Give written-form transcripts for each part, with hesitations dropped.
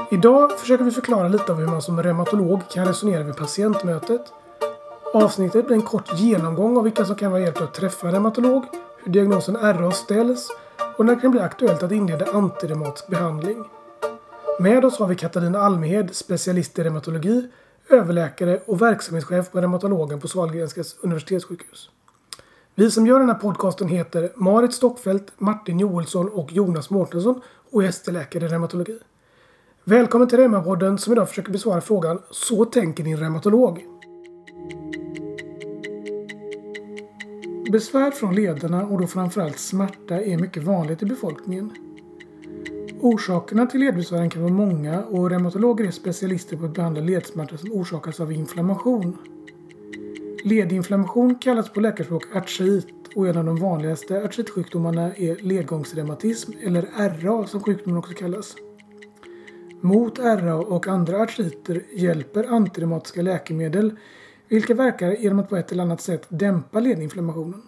Idag försöker vi förklara lite av hur man som reumatolog kan resonera vid patientmötet. Avsnittet blir en kort genomgång av vilka som kan vara hjälpt att träffa en reumatolog, hur diagnosen RA ställs och när det kan bli aktuellt att inleda antireumatisk behandling. Med oss har vi Katarina Almhed, specialist i reumatologi, överläkare och verksamhetschef på reumatologen på Sahlgrenska universitetssjukhus. Vi som gör den här podcasten heter Marit Stockfeldt, Martin Joelsson och Jonas Mårtensson och är ST-läkare i reumatologi. Välkommen till Reumapodden som idag försöker besvara frågan Så tänker din reumatolog? Besvär från lederna och då framförallt smärta är mycket vanligt i befolkningen. Orsakerna till ledbesvären kan vara många och reumatologer är specialister på att behandla ledsmärta som orsakas av inflammation. Ledinflammation kallas på läkarspråk artrit och en av de vanligaste artritsjukdomarna är ledgångsreumatism eller RA som sjukdomen också kallas. Mot RA och andra artriter hjälper antireumatiska läkemedel vilka verkar genom att på ett eller annat sätt dämpa ledinflammationen.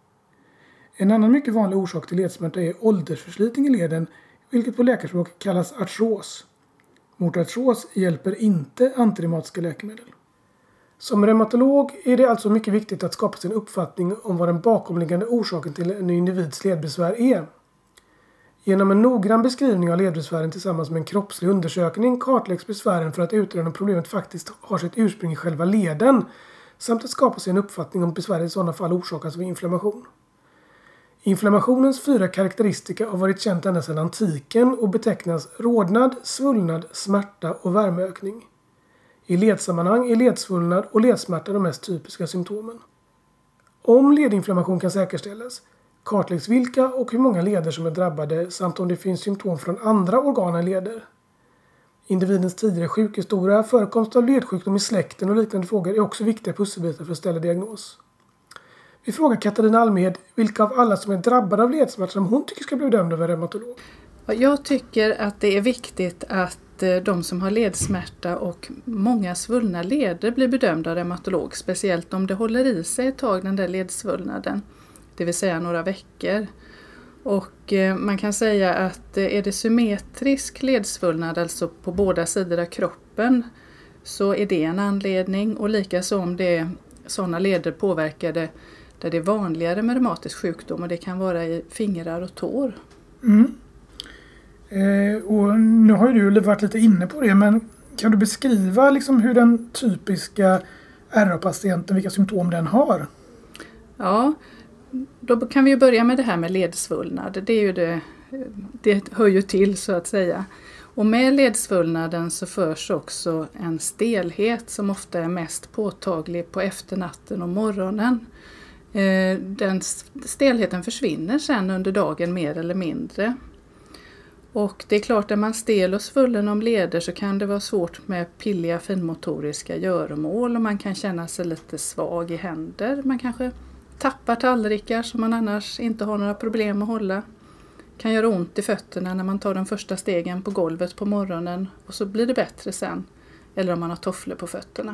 En annan mycket vanlig orsak till ledsmärta är åldersförslitning i leden vilket på läkarspråk kallas artros. Mot artros hjälper inte antireumatiska läkemedel. Som reumatolog är det alltså mycket viktigt att skapa sin uppfattning om vad den bakomliggande orsaken till en individs ledbesvär är. Genom en noggrann beskrivning av ledbesvären tillsammans med en kroppslig undersökning kartläggs besvären för att utröna om problemet faktiskt har sitt ursprung i själva leden samt att skapa sig en uppfattning om besväret i sådana fall orsakas av inflammation. Inflammationens 4 karaktäristika har varit känt ända sedan antiken och betecknas rodnad, svullnad, smärta och värmeökning. I ledsammanhang är ledsvullnad och ledsmärta de mest typiska symptomen. Om ledinflammation kan säkerställas, kartläggs vilka och hur många leder som är drabbade samt om det finns symptom från andra organ än leder. Individens tidigare sjukhistoria, förekomst av ledsjukdom i släkten och liknande frågor är också viktiga pusselbitar för att ställa diagnos. Vi frågar Katarina Almhed vilka av alla som är drabbade av ledsmärta som hon tycker ska bli bedömda av en reumatolog. Jag tycker att det är viktigt att de som har ledsmärta och många svullna leder blir bedömda av reumatolog, speciellt om det håller i sig ett tag den där ledsvullnaden, det vill säga några veckor. Och man kan säga att är det symmetrisk ledsvullnad, alltså på båda sidor av kroppen, så är det en anledning. Och likaså om det är sådana leder påverkade där det är vanligare med reumatisk sjukdom och det kan vara i fingrar och tår. Och nu har ju du varit lite inne på det, men kan du beskriva liksom hur den typiska RA-patienten, vilka symptom den har? Ja, då kan vi ju börja med det här med ledsvullnad. Det hör ju till så att säga. Och med ledsvullnaden så förs också en stelhet som ofta är mest påtaglig på efternatten och morgonen. Den stelheten försvinner sen under dagen mer eller mindre. Och det är klart att man stel och svullen om leder så kan det vara svårt med pilliga finmotoriska göromål och man kan känna sig lite svag i händer. Man kanske tappar tallrikar som man annars inte har några problem att hålla. Kan göra ont i fötterna när man tar de första stegen på golvet på morgonen och så blir det bättre sen. Eller om man har tofflor på fötterna.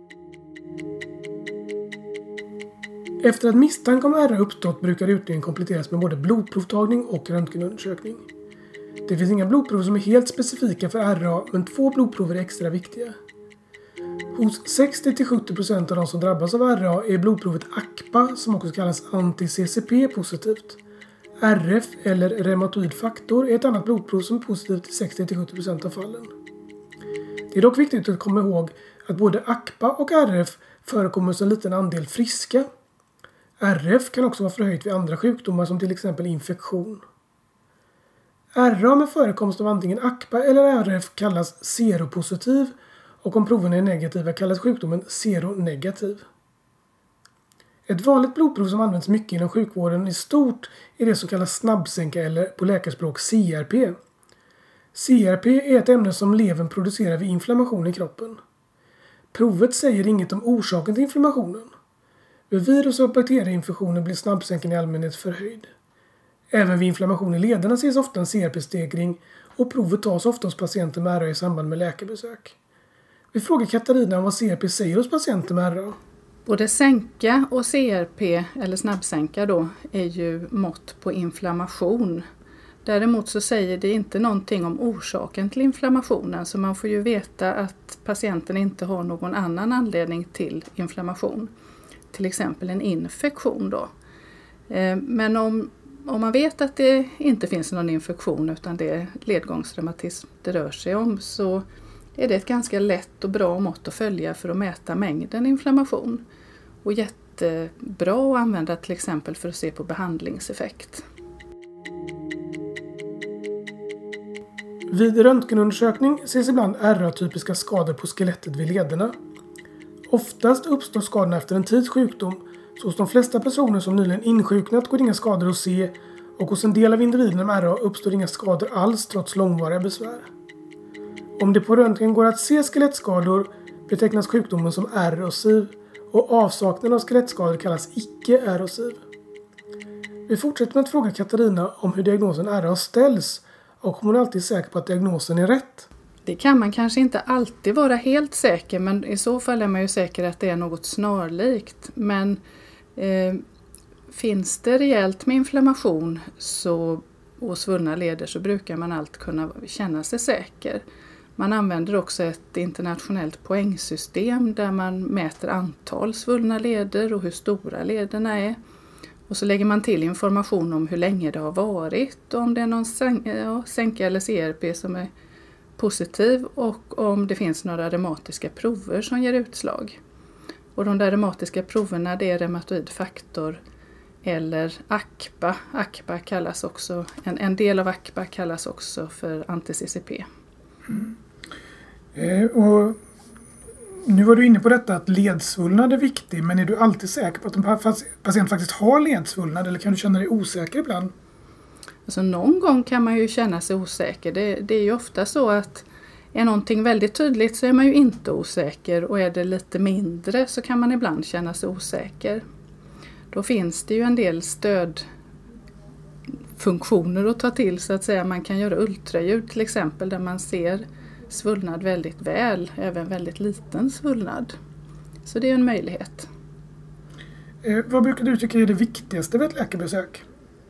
Efter att misstanke om RA uppstått brukar utredningen kompletteras med både blodprovtagning och röntgenundersökning. Det finns inga blodprov som är helt specifika för RA, men 2 blodprover är extra viktiga. Hos 60-70% av de som drabbas av RA är blodprovet ACPA, som också kallas anti-CCP, positivt. RF eller reumatoid faktor är ett annat blodprov som är positivt i 60-70% av fallen. Det är dock viktigt att komma ihåg att både ACPA och RF förekommer hos en liten andel friska. RF kan också vara förhöjt vid andra sjukdomar som till exempel infektion. RA med förekomst av antingen ACPA eller RF kallas seropositiv och om proven är negativa kallas sjukdomen seronegativ. Ett vanligt blodprov som används mycket inom sjukvården i stort är det som kallas snabbsänka eller på läkarspråk CRP. CRP är ett ämne som levern producerar vid inflammation i kroppen. Provet säger inget om orsaken till inflammationen. Vid virus- och bakterieinfektioner blir snabbsänken i allmänhet förhöjd. Även vid inflammation i lederna ses ofta en CRP-stegring och provet tas ofta hos patienter med RA i samband med läkarbesök. Vi frågar Katarina om vad CRP säger hos patienter med RA. Både sänka och CRP, eller snabbsänka då, är ju mått på inflammation. Däremot så säger det inte någonting om orsaken till inflammationen, så man får ju veta att patienten inte har någon annan anledning till inflammation. Till exempel en infektion då. Men om man vet att det inte finns någon infektion utan det är ledgångsreumatism det rör sig om, så är det ett ganska lätt och bra mått att följa för att mäta mängden inflammation. Och jättebra att använda till exempel för att se på behandlingseffekt. Vid röntgenundersökning ses ibland RA-typiska skador på skelettet vid lederna. Oftast uppstår skadorna efter en tids sjukdom, så hos de flesta personer som nyligen insjuknat går inga skador att se, och hos en del av individerna med RA uppstår inga skador alls trots långvariga besvär. Om det på röntgen går att se skelettskador betecknas sjukdomen som erosiv, och avsaknaden av skelettskador kallas icke-erosiv. Vi fortsätter med att fråga Katarina om hur diagnosen RA ställs, och om hon alltid är säker på att diagnosen är rätt. Det kan man kanske inte alltid vara helt säker, men i så fall är man ju säker att det är något snarlikt. Men finns det rejält med inflammation och svullna leder, så brukar man allt kunna känna sig säker. Man använder också ett internationellt poängsystem där man mäter antal svullna leder och hur stora lederna är. Och så lägger man till information om hur länge det har varit, om det är någon sänka eller CRP som är positiv, och om det finns några reumatiska prover som ger utslag. Och de där reumatiska proverna, det är reumatoid faktor eller ACPA. ACPA kallas också, en del av ACPA kallas också för anti-CCP. Och nu var du inne på detta att ledsvullnad är viktig, men är du alltid säker på att en patient faktiskt har ledsvullnad, eller kan du känna dig osäker ibland? Alltså någon gång kan man ju känna sig osäker. Det är ju ofta så att är någonting väldigt tydligt så är man ju inte osäker, och är det lite mindre så kan man ibland känna sig osäker. Då finns det ju en del stödfunktioner att ta till, så att säga. Man kan göra ultraljud till exempel där man ser svullnad väldigt väl, även väldigt liten svullnad. Så det är en möjlighet. Vad brukar du tycka är det viktigaste vid ett läkarbesök?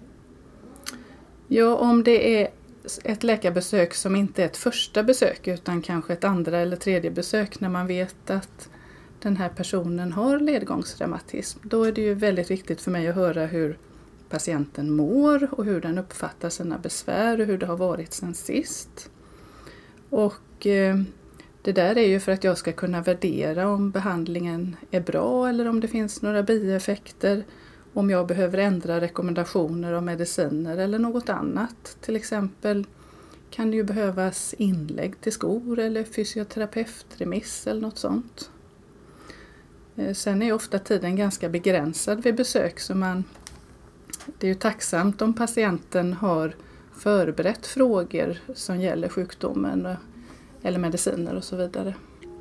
Ja, om det är ett läkarbesök som inte är ett första besök utan kanske ett andra eller tredje besök, när man vet att den här personen har ledgångsreumatism, då är det ju väldigt viktigt för mig att höra hur patienten mår och hur den uppfattar sina besvär och hur det har varit sedan sist. Och det där är ju för att jag ska kunna värdera om behandlingen är bra eller om det finns några bieffekter, om jag behöver ändra rekommendationer av mediciner eller något annat. Till exempel kan det ju behövas inlägg till skor eller fysioterapeutremiss eller något sånt. Sen är ofta tiden ganska begränsad vid besök, så det är ju tacksamt om patienten har förberett frågor som gäller sjukdomen eller mediciner och så vidare.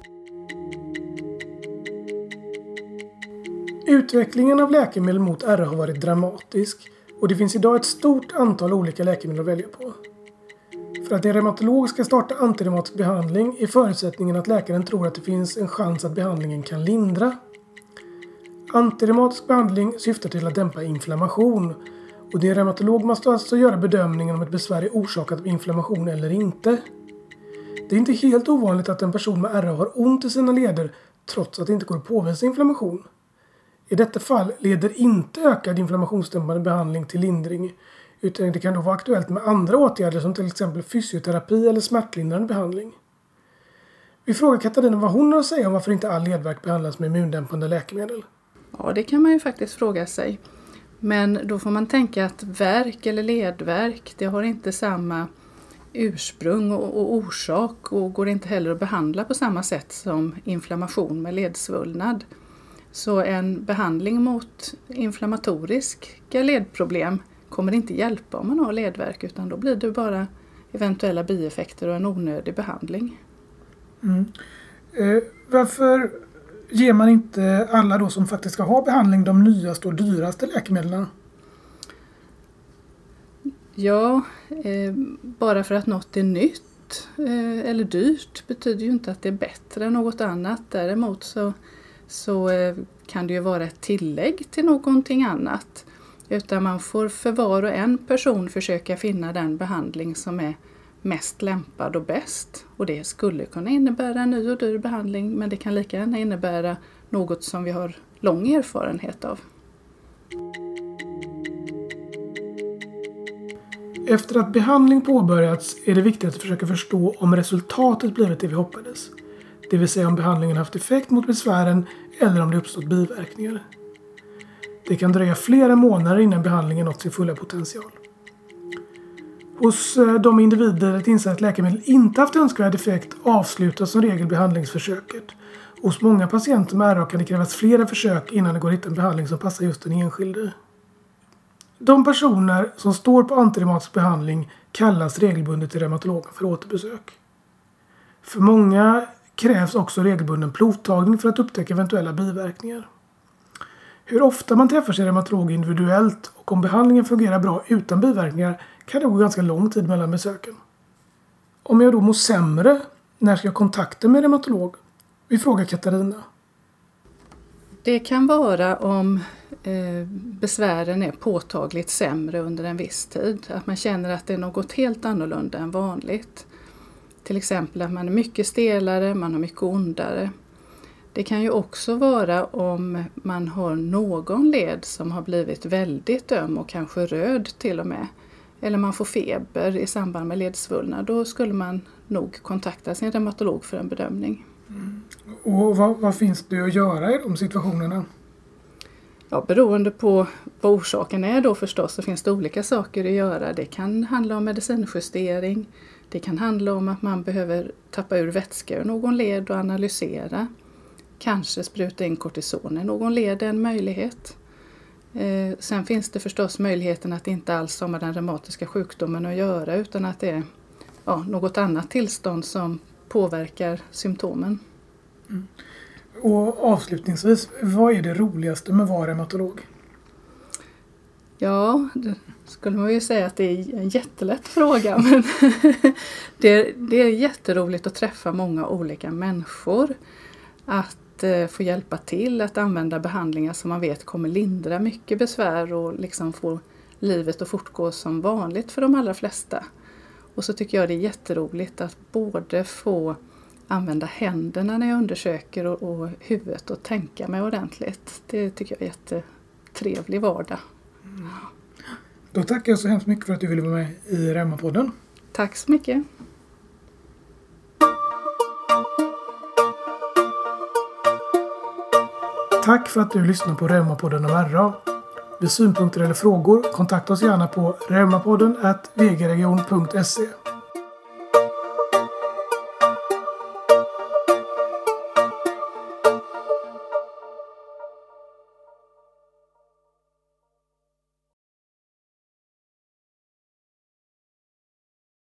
Utvecklingen av läkemedel mot RA har varit dramatisk, och det finns idag ett stort antal olika läkemedel att välja på. För att en reumatolog ska starta antireumatisk behandling är förutsättningen att läkaren tror att det finns en chans att behandlingen kan lindra. Antireumatisk behandling syftar till att dämpa inflammation, och din reumatolog måste alltså göra bedömningen om ett besvär är orsakat av inflammation eller inte. Det är inte helt ovanligt att en person med RA har ont i sina leder trots att det inte går att påvisa inflammation. I detta fall leder inte ökad inflammationsdämpande behandling till lindring, utan det kan då vara aktuellt med andra åtgärder som till exempel fysioterapi eller smärtlindrande behandling. Vi frågar Katarina vad hon har att säga om varför inte all ledvärk behandlas med immundämpande läkemedel. Ja, det kan man ju faktiskt fråga sig. Men då får man tänka att värk eller ledvärk, det har inte samma ursprung och orsak, och går inte heller att behandla på samma sätt som inflammation med ledsvullnad. Så en behandling mot inflammatoriska ledproblem kommer inte hjälpa om man har ledvärk, utan då blir det bara eventuella bieffekter och en onödig behandling. Varför ger man inte alla då som faktiskt ska ha behandling de nyaste och dyraste läkemedlen? Ja, bara för att något är nytt eller dyrt betyder ju inte att det är bättre än något annat. Däremot så kan det ju vara ett tillägg till någonting annat. Utan man får för var och en person försöka finna den behandling som är mest lämpad och bäst. Och det skulle kunna innebära en ny och dyr behandling, men det kan lika gärna innebära något som vi har lång erfarenhet av. Efter att behandling påbörjats är det viktigt att försöka förstå om resultatet blivit det vi hoppades. Det vill säga om behandlingen haft effekt mot besvären eller om det uppstått biverkningar. Det kan dröja flera månader innan behandlingen nått sin fulla potential. Hos de individer ett insatt läkemedel inte haft önskvärd effekt avslutas som regel behandlingsförsöket. Hos många patienter med RA kan det krävas flera försök innan det går att hitta en behandling som passar just den enskilde. De personer som står på antireumatisk behandling kallas regelbundet till reumatologen för återbesök. För många krävs också regelbunden provtagning för att upptäcka eventuella biverkningar. Hur ofta man träffar sin reumatolog individuellt och om behandlingen fungerar bra utan biverkningar kan det gå ganska lång tid mellan besöken. Om jag då mår sämre, när ska jag kontakta med reumatolog? Vi frågar Katarina. Det kan vara om besvären är påtagligt sämre under en viss tid. Att man känner att det är något helt annorlunda än vanligt. Till exempel att man är mycket stelare, man har mycket ondare. Det kan ju också vara om man har någon led som har blivit väldigt öm och kanske röd till och med. Eller man får feber i samband med ledsvullnad. Då skulle man nog kontakta sin reumatolog för en bedömning. Och vad finns det att göra i de situationerna? Ja, beroende på vad orsaken är då förstås så finns det olika saker att göra. Det kan handla om medicinjustering. Det kan handla om att man behöver tappa ur vätska ur någon led och analysera. Kanske spruta in kortison i någon led är en möjlighet. Sen finns det förstås möjligheten att det inte alls har med den reumatiska sjukdomen att göra utan att det är något annat tillstånd som påverkar symptomen. Mm. Och avslutningsvis, vad är det roligaste med att vara reumatolog? Ja, det skulle man ju säga att det är en jättelätt fråga. Men det är jätteroligt att träffa många olika människor. Att få hjälpa till att använda behandlingar som man vet kommer lindra mycket besvär och liksom få livet att fortgå som vanligt för de allra flesta. Och så tycker jag det är jätteroligt att både få använda händerna när jag undersöker och huvudet och tänka mig ordentligt. Det tycker jag är jättetrevlig vardag. Mm. Då tackar jag så hemskt mycket för att du ville vara med i Reumapodden. Tack så mycket. Tack för att du lyssnar på Reumapodden om RA. Vid synpunkter eller frågor kontakta oss gärna på reumapodden@vgregion.se.